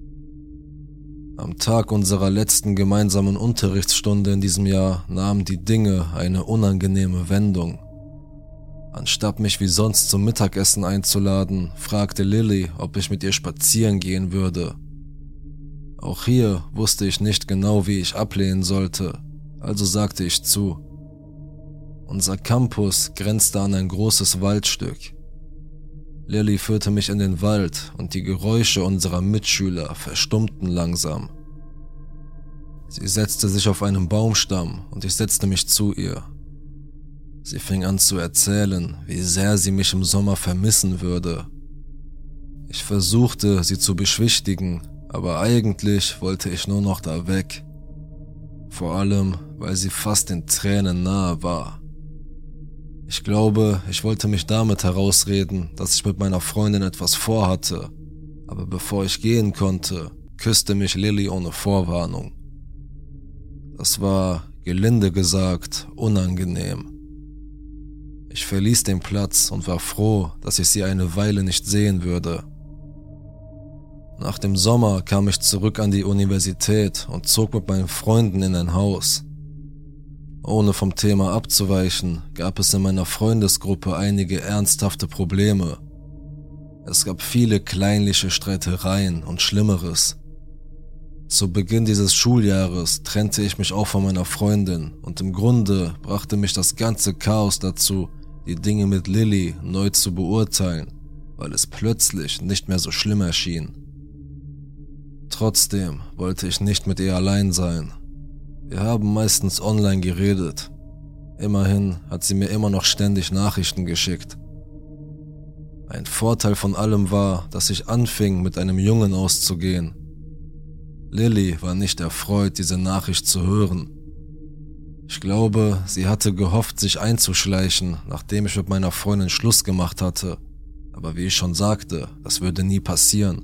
A: Am Tag unserer letzten gemeinsamen Unterrichtsstunde in diesem Jahr nahmen die Dinge eine unangenehme Wendung. Anstatt mich wie sonst zum Mittagessen einzuladen, fragte Lily, ob ich mit ihr spazieren gehen würde. Auch hier wusste ich nicht genau, wie ich ablehnen sollte, also sagte ich zu. Unser Campus grenzte an ein großes Waldstück. Lily führte mich in den Wald und die Geräusche unserer Mitschüler verstummten langsam. Sie setzte sich auf einen Baumstamm und ich setzte mich zu ihr. Sie fing an zu erzählen, wie sehr sie mich im Sommer vermissen würde. Ich versuchte, sie zu beschwichtigen, aber eigentlich wollte ich nur noch da weg. Vor allem, weil sie fast den Tränen nahe war. Ich glaube, ich wollte mich damit herausreden, dass ich mit meiner Freundin etwas vorhatte, aber bevor ich gehen konnte, küsste mich Lily ohne Vorwarnung. Das war, gelinde gesagt, unangenehm. Ich verließ den Platz und war froh, dass ich sie eine Weile nicht sehen würde. Nach dem Sommer kam ich zurück an die Universität und zog mit meinen Freunden in ein Haus. Ohne vom Thema abzuweichen, gab es in meiner Freundesgruppe einige ernsthafte Probleme. Es gab viele kleinliche Streitereien und Schlimmeres. Zu Beginn dieses Schuljahres trennte ich mich auch von meiner Freundin und im Grunde brachte mich das ganze Chaos dazu, die Dinge mit Lily neu zu beurteilen, weil es plötzlich nicht mehr so schlimm erschien. Trotzdem wollte ich nicht mit ihr allein sein. Wir haben meistens online geredet. Immerhin hat sie mir immer noch ständig Nachrichten geschickt. Ein Vorteil von allem war, dass ich anfing, mit einem Jungen auszugehen. Lily war nicht erfreut, diese Nachricht zu hören. Ich glaube, sie hatte gehofft, sich einzuschleichen, nachdem ich mit meiner Freundin Schluss gemacht hatte. Aber wie ich schon sagte, das würde nie passieren.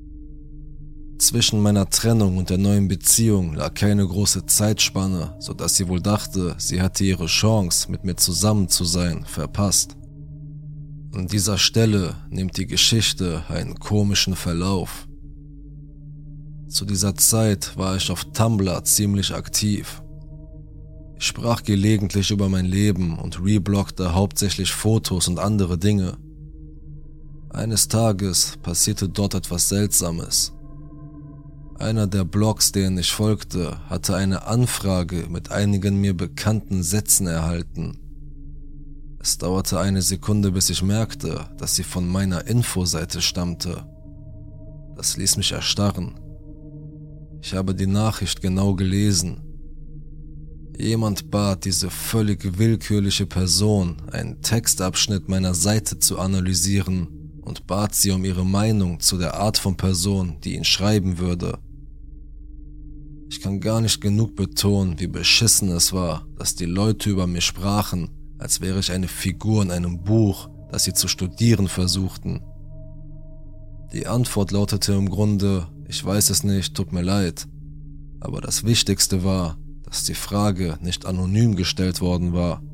A: Zwischen meiner Trennung und der neuen Beziehung lag keine große Zeitspanne, sodass sie wohl dachte, sie hatte ihre Chance, mit mir zusammen zu sein, verpasst. An dieser Stelle nimmt die Geschichte einen komischen Verlauf. Zu dieser Zeit war ich auf Tumblr ziemlich aktiv. Ich sprach gelegentlich über mein Leben und rebloggte hauptsächlich Fotos und andere Dinge. Eines Tages passierte dort etwas Seltsames. Einer der Blogs, denen ich folgte, hatte eine Anfrage mit einigen mir bekannten Sätzen erhalten. Es dauerte eine Sekunde, bis ich merkte, dass sie von meiner Infoseite stammte. Das ließ mich erstarren. Ich habe die Nachricht genau gelesen. Jemand bat diese völlig willkürliche Person, einen Textabschnitt meiner Seite zu analysieren und bat sie um ihre Meinung zu der Art von Person, die ihn schreiben würde. Ich kann gar nicht genug betonen, wie beschissen es war, dass die Leute über mich sprachen, als wäre ich eine Figur in einem Buch, das sie zu studieren versuchten. Die Antwort lautete im Grunde: Ich weiß es nicht, tut mir leid. Aber das Wichtigste war, dass die Frage nicht anonym gestellt worden war.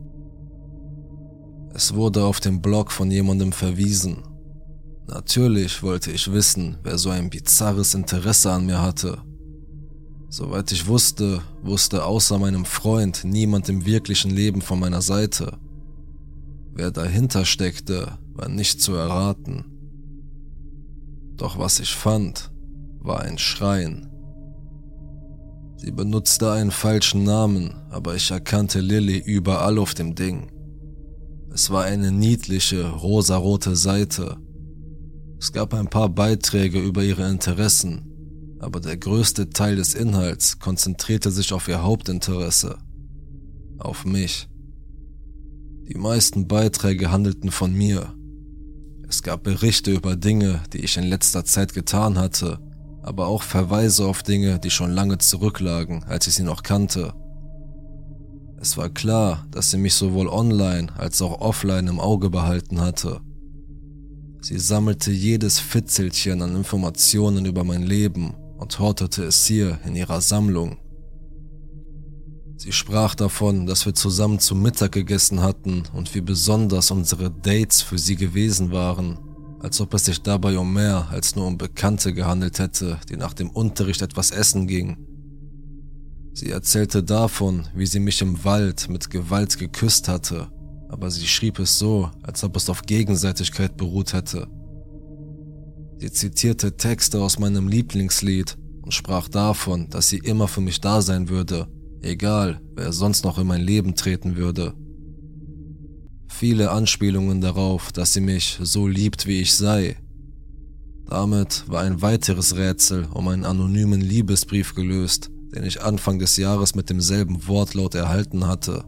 A: Es wurde auf dem Blog von jemandem verwiesen. Natürlich wollte ich wissen, wer so ein bizarres Interesse an mir hatte. Soweit ich wusste außer meinem Freund niemand im wirklichen Leben von meiner Seite. Wer dahinter steckte, war nicht zu erraten. Doch was ich fand, war ein Schrein. Sie benutzte einen falschen Namen, aber ich erkannte Lilly überall auf dem Ding. Es war eine niedliche, rosarote Seite. Es gab ein paar Beiträge über ihre Interessen, aber der größte Teil des Inhalts konzentrierte sich auf ihr Hauptinteresse, auf mich. Die meisten Beiträge handelten von mir. Es gab Berichte über Dinge, die ich in letzter Zeit getan hatte, aber auch Verweise auf Dinge, die schon lange zurücklagen, als ich sie noch kannte. Es war klar, dass sie mich sowohl online als auch offline im Auge behalten hatte. Sie sammelte jedes Fitzelchen an Informationen über mein Leben und hortete es hier in ihrer Sammlung. Sie sprach davon, dass wir zusammen zu Mittag gegessen hatten und wie besonders unsere Dates für sie gewesen waren, als ob es sich dabei um mehr als nur um Bekannte gehandelt hätte, die nach dem Unterricht etwas essen gingen. Sie erzählte davon, wie sie mich im Wald mit Gewalt geküsst hatte, aber sie schrieb es so, als ob es auf Gegenseitigkeit beruht hätte. Sie zitierte Texte aus meinem Lieblingslied und sprach davon, dass sie immer für mich da sein würde, egal wer sonst noch in mein Leben treten würde. Viele Anspielungen darauf, dass sie mich so liebt, wie ich sei. Damit war ein weiteres Rätsel um einen anonymen Liebesbrief gelöst, den ich Anfang des Jahres mit demselben Wortlaut erhalten hatte.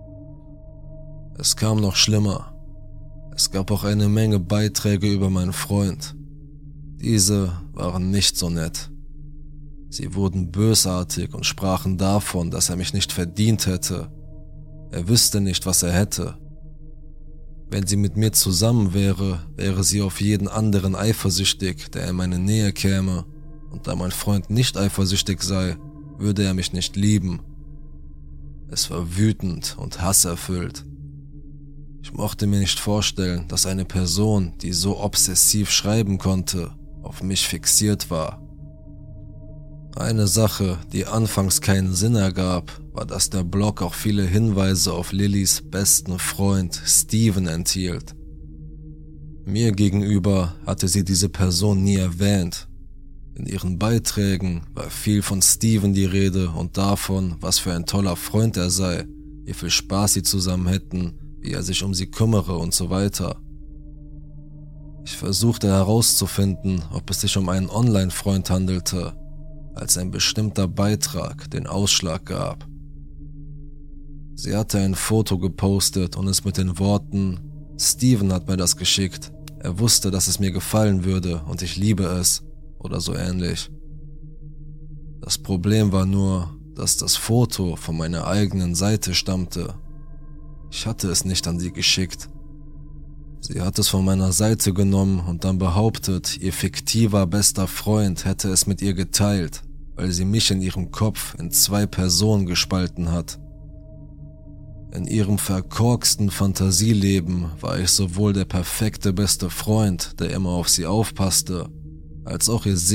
A: Es kam noch schlimmer. Es gab auch eine Menge Beiträge über meinen Freund. Diese waren nicht so nett. Sie wurden bösartig und sprachen davon, dass er mich nicht verdient hätte. Er wüsste nicht, was er hätte. Wenn sie mit mir zusammen wäre, wäre sie auf jeden anderen eifersüchtig, der in meine Nähe käme, und da mein Freund nicht eifersüchtig sei, würde er mich nicht lieben. Es war wütend und hasserfüllt. Ich mochte mir nicht vorstellen, dass eine Person, die so obsessiv schreiben konnte, auf mich fixiert war. Eine Sache, die anfangs keinen Sinn ergab, war, dass der Blog auch viele Hinweise auf Lillys besten Freund Steven enthielt. Mir gegenüber hatte sie diese Person nie erwähnt. In ihren Beiträgen war viel von Steven die Rede und davon, was für ein toller Freund er sei, wie viel Spaß sie zusammen hätten, wie er sich um sie kümmere und so weiter. Ich versuchte herauszufinden, ob es sich um einen Online-Freund handelte, als ein bestimmter Beitrag den Ausschlag gab. Sie hatte ein Foto gepostet und es mit den Worten: Steven hat mir das geschickt, er wusste, dass es mir gefallen würde und ich liebe es, oder so ähnlich. Das Problem war nur, dass das Foto von meiner eigenen Seite stammte. Ich hatte es nicht an sie geschickt. Sie hat es von meiner Seite genommen und dann behauptet, ihr fiktiver bester Freund hätte es mit ihr geteilt, weil sie mich in ihrem Kopf in 2 Personen gespalten hat. In ihrem verkorksten Fantasieleben war ich sowohl der perfekte beste Freund, der immer auf sie aufpasste, als auch ihr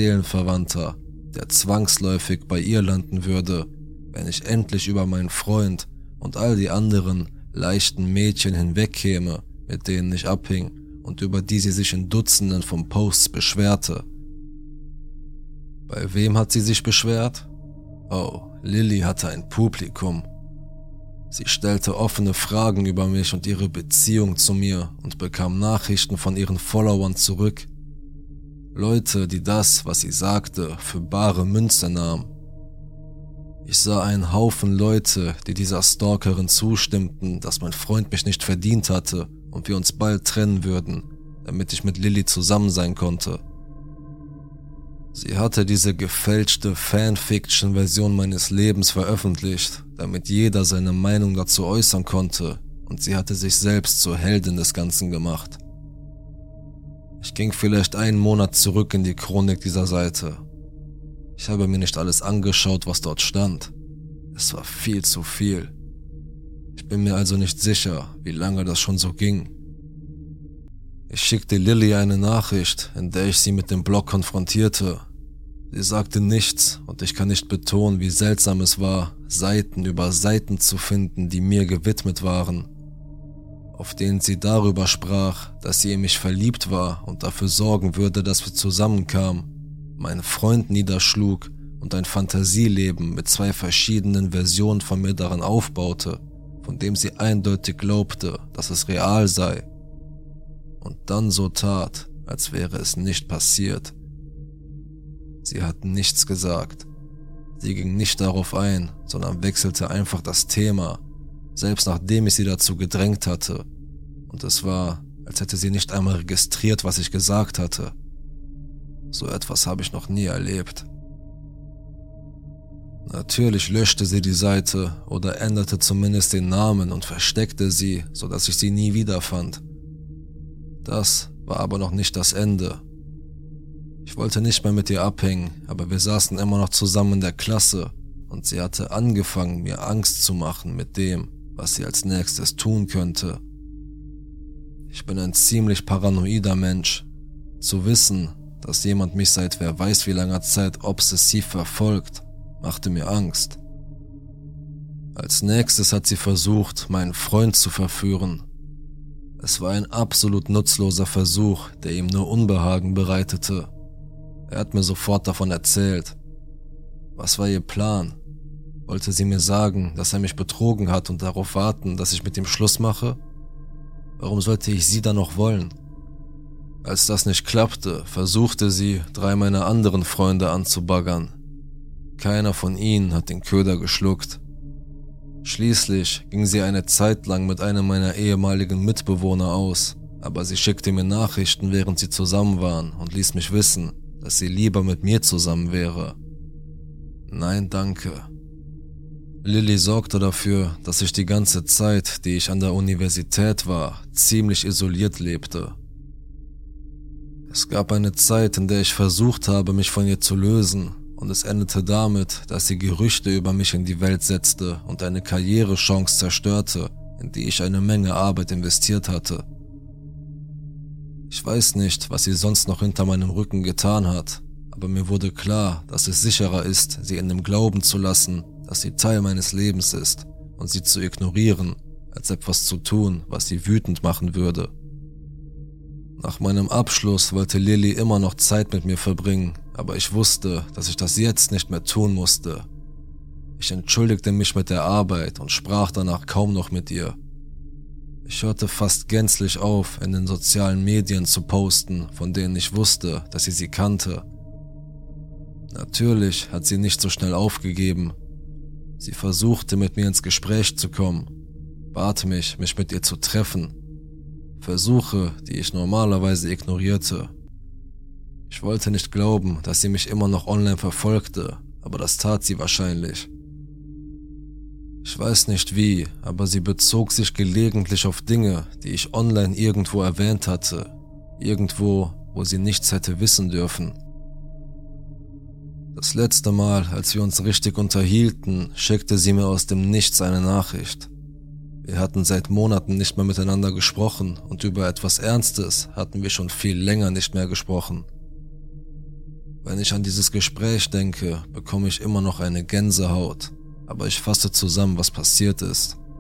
A: Seelenverwandter, der zwangsläufig bei ihr landen würde, wenn ich endlich über meinen Freund und all die anderen leichten Mädchen hinwegkäme, mit denen ich abhing und über die sie sich in Dutzenden von Posts beschwerte. Bei wem hat sie sich beschwert? Oh, Lilly hatte ein Publikum. Sie stellte offene Fragen über mich und ihre Beziehung zu mir und bekam Nachrichten von ihren Followern zurück. Leute, die das, was sie sagte, für bare Münze nahmen. Ich sah einen Haufen Leute, die dieser Stalkerin zustimmten, dass mein Freund mich nicht verdient hatte und wir uns bald trennen würden, damit ich mit Lilly zusammen sein konnte. Sie hatte diese gefälschte Fanfiction-Version meines Lebens veröffentlicht, damit jeder seine Meinung dazu äußern konnte, und sie hatte sich selbst zur Heldin des Ganzen gemacht. Ich ging vielleicht einen Monat zurück in die Chronik dieser Seite. Ich habe mir nicht alles angeschaut, was dort stand. Es war viel zu viel. Ich bin mir also nicht sicher, wie lange das schon so ging. Ich schickte Lilly eine Nachricht, in der ich sie mit dem Blog konfrontierte. Sie sagte nichts und ich kann nicht betonen, wie seltsam es war, Seiten über Seiten zu finden, die mir gewidmet waren, auf denen sie darüber sprach, dass sie in mich verliebt war und dafür sorgen würde, dass wir zusammenkamen, meinen Freund niederschlug und ein Fantasieleben mit 2 verschiedenen Versionen von mir daran aufbaute, von dem sie eindeutig glaubte, dass es real sei. Und dann so tat, als wäre es nicht passiert. Sie hat nichts gesagt. Sie ging nicht darauf ein, sondern wechselte einfach das Thema, selbst nachdem ich sie dazu gedrängt hatte. Und es war, als hätte sie nicht einmal registriert, was ich gesagt hatte. So etwas habe ich noch nie erlebt. Natürlich löschte sie die Seite oder änderte zumindest den Namen und versteckte sie, sodass ich sie nie wiederfand. Das war aber noch nicht das Ende. Ich wollte nicht mehr mit ihr abhängen, aber wir saßen immer noch zusammen in der Klasse und sie hatte angefangen, mir Angst zu machen mit dem, was sie als nächstes tun könnte. Ich bin ein ziemlich paranoider Mensch. Zu wissen, dass jemand mich seit wer weiß wie langer Zeit obsessiv verfolgt, machte mir Angst. Als nächstes hat sie versucht, meinen Freund zu verführen. Es war ein absolut nutzloser Versuch, der ihm nur Unbehagen bereitete. Er hat mir sofort davon erzählt. Was war ihr Plan? Wollte sie mir sagen, dass er mich betrogen hat und darauf warten, dass ich mit ihm Schluss mache? Warum sollte ich sie dann noch wollen? Als das nicht klappte, versuchte sie, 3 meiner anderen Freunde anzubaggern. Keiner von ihnen hat den Köder geschluckt. Schließlich ging sie eine Zeit lang mit einem meiner ehemaligen Mitbewohner aus, aber sie schickte mir Nachrichten, während sie zusammen waren und ließ mich wissen, dass sie lieber mit mir zusammen wäre. Nein, danke. Lilly sorgte dafür, dass ich die ganze Zeit, die ich an der Universität war, ziemlich isoliert lebte. Es gab eine Zeit, in der ich versucht habe, mich von ihr zu lösen, und es endete damit, dass sie Gerüchte über mich in die Welt setzte und eine Karrierechance zerstörte, in die ich eine Menge Arbeit investiert hatte. Ich weiß nicht, was sie sonst noch hinter meinem Rücken getan hat, aber mir wurde klar, dass es sicherer ist, sie in dem Glauben zu lassen, dass sie Teil meines Lebens ist, und sie zu ignorieren, als etwas zu tun, was sie wütend machen würde. Nach meinem Abschluss wollte Lilly immer noch Zeit mit mir verbringen, aber ich wusste, dass ich das jetzt nicht mehr tun musste. Ich entschuldigte mich mit der Arbeit und sprach danach kaum noch mit ihr. Ich hörte fast gänzlich auf, in den sozialen Medien zu posten, von denen ich wusste, dass sie kannte. Natürlich hat sie nicht so schnell aufgegeben. Sie versuchte, mit mir ins Gespräch zu kommen, bat mich mit ihr zu treffen. Versuche, die ich normalerweise ignorierte. Ich wollte nicht glauben, dass sie mich immer noch online verfolgte, aber das tat sie wahrscheinlich. Ich weiß nicht wie, aber sie bezog sich gelegentlich auf Dinge, die ich online irgendwo erwähnt hatte, irgendwo, wo sie nichts hätte wissen dürfen. Das letzte Mal, als wir uns richtig unterhielten, schickte sie mir aus dem Nichts eine Nachricht. Wir hatten seit Monaten nicht mehr miteinander gesprochen und über etwas Ernstes hatten wir schon viel länger nicht mehr gesprochen. Wenn ich an dieses Gespräch denke, bekomme ich immer noch eine Gänsehaut, aber ich fasse zusammen, was passiert ist.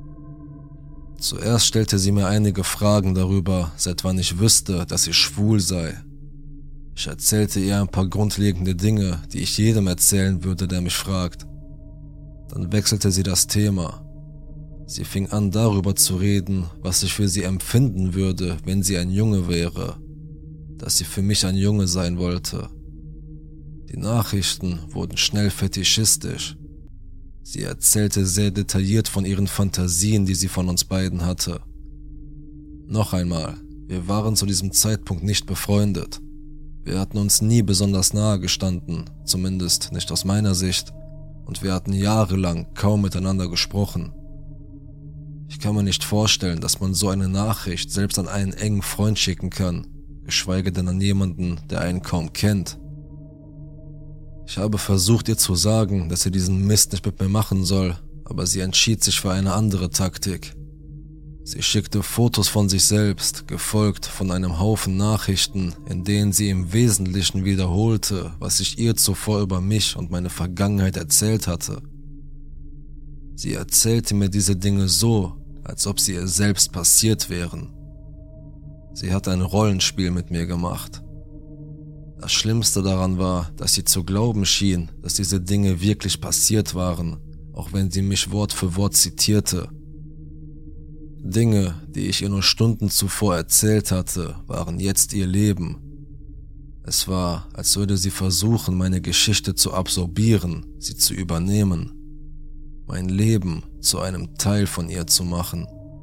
A: Zuerst stellte sie mir einige Fragen darüber, seit wann ich wüsste, dass sie schwul sei. Ich erzählte ihr ein paar grundlegende Dinge, die ich jedem erzählen würde, der mich fragt. Dann wechselte sie das Thema. Sie fing an, darüber zu reden, was ich für sie empfinden würde, wenn sie ein Junge wäre, dass sie für mich ein Junge sein wollte. Die Nachrichten wurden schnell fetischistisch. Sie erzählte sehr detailliert von ihren Fantasien, die sie von uns beiden hatte. Noch einmal, wir waren zu diesem Zeitpunkt nicht befreundet. Wir hatten uns nie besonders nahe gestanden, zumindest nicht aus meiner Sicht, und wir hatten jahrelang kaum miteinander gesprochen. Ich kann mir nicht vorstellen, dass man so eine Nachricht selbst an einen engen Freund schicken kann, geschweige denn an jemanden, der einen kaum kennt. Ich habe versucht, ihr zu sagen, dass sie diesen Mist nicht mit mir machen soll, aber sie entschied sich für eine andere Taktik. Sie schickte Fotos von sich selbst, gefolgt von einem Haufen Nachrichten, in denen sie im Wesentlichen wiederholte, was ich ihr zuvor über mich und meine Vergangenheit erzählt hatte. Sie erzählte mir diese Dinge so, als ob sie ihr selbst passiert wären. Sie hat ein Rollenspiel mit mir gemacht. Das Schlimmste daran war, dass sie zu glauben schien, dass diese Dinge wirklich passiert waren, auch wenn sie mich Wort für Wort zitierte. Dinge, die ich ihr nur Stunden zuvor erzählt hatte, waren jetzt ihr Leben. Es war, als würde sie versuchen, meine Geschichte zu absorbieren, sie zu übernehmen, mein Leben zu einem Teil von ihr zu machen.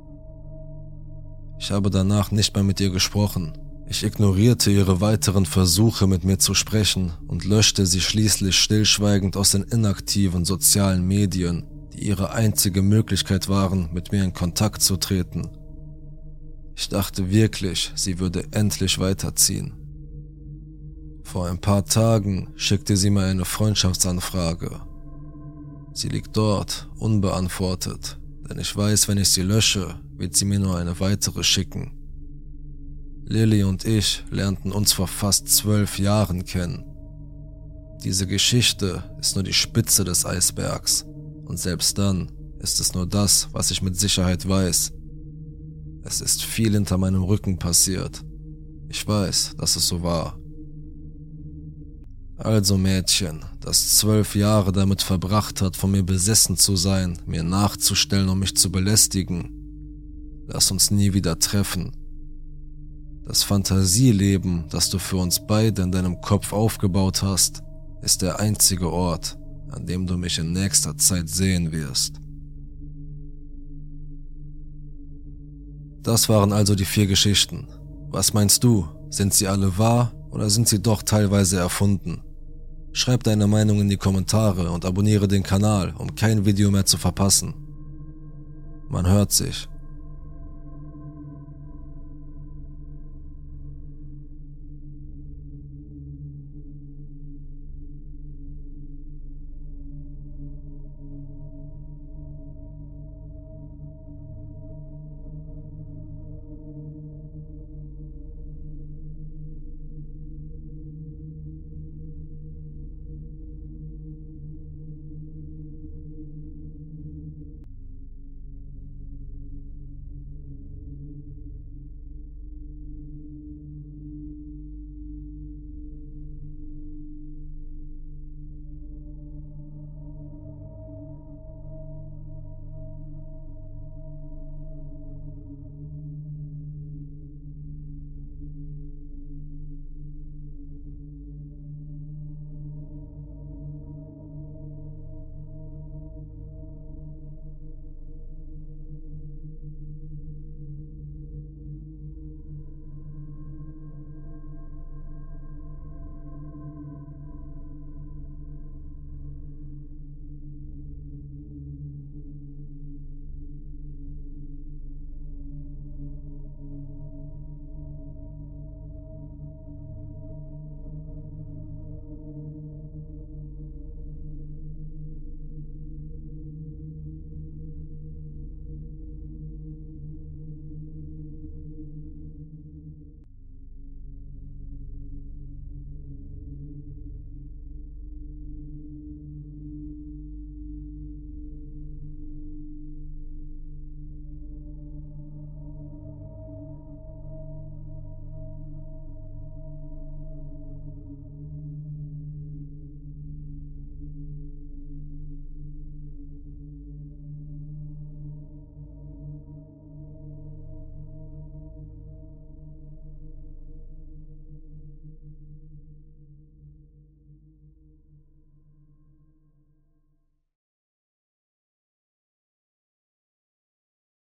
A: Ich habe danach nicht mehr mit ihr gesprochen. Ich ignorierte ihre weiteren Versuche, mit mir zu sprechen und löschte sie schließlich stillschweigend aus den inaktiven sozialen Medien, die ihre einzige Möglichkeit waren, mit mir in Kontakt zu treten. Ich dachte wirklich, sie würde endlich weiterziehen. Vor ein paar Tagen schickte sie mir eine Freundschaftsanfrage. Sie liegt dort, unbeantwortet, denn ich weiß, wenn ich sie lösche, wird sie mir nur eine weitere schicken. Lilly und ich lernten uns vor fast 12 Jahren kennen. Diese Geschichte ist nur die Spitze des Eisbergs und selbst dann ist es nur das, was ich mit Sicherheit weiß. Es ist viel hinter meinem Rücken passiert. Ich weiß, dass es so war. Also Mädchen, das 12 Jahre damit verbracht hat, von mir besessen zu sein, mir nachzustellen und mich zu belästigen. Lass uns nie wieder treffen. Das Fantasieleben, das du für uns beide in deinem Kopf aufgebaut hast, ist der einzige Ort, an dem du mich in nächster Zeit sehen wirst. Das waren also die 4 Geschichten. Was meinst du? Sind sie alle wahr oder sind sie doch teilweise erfunden? Schreib deine Meinung in die Kommentare und abonniere den Kanal, um kein Video mehr zu verpassen. Man hört sich.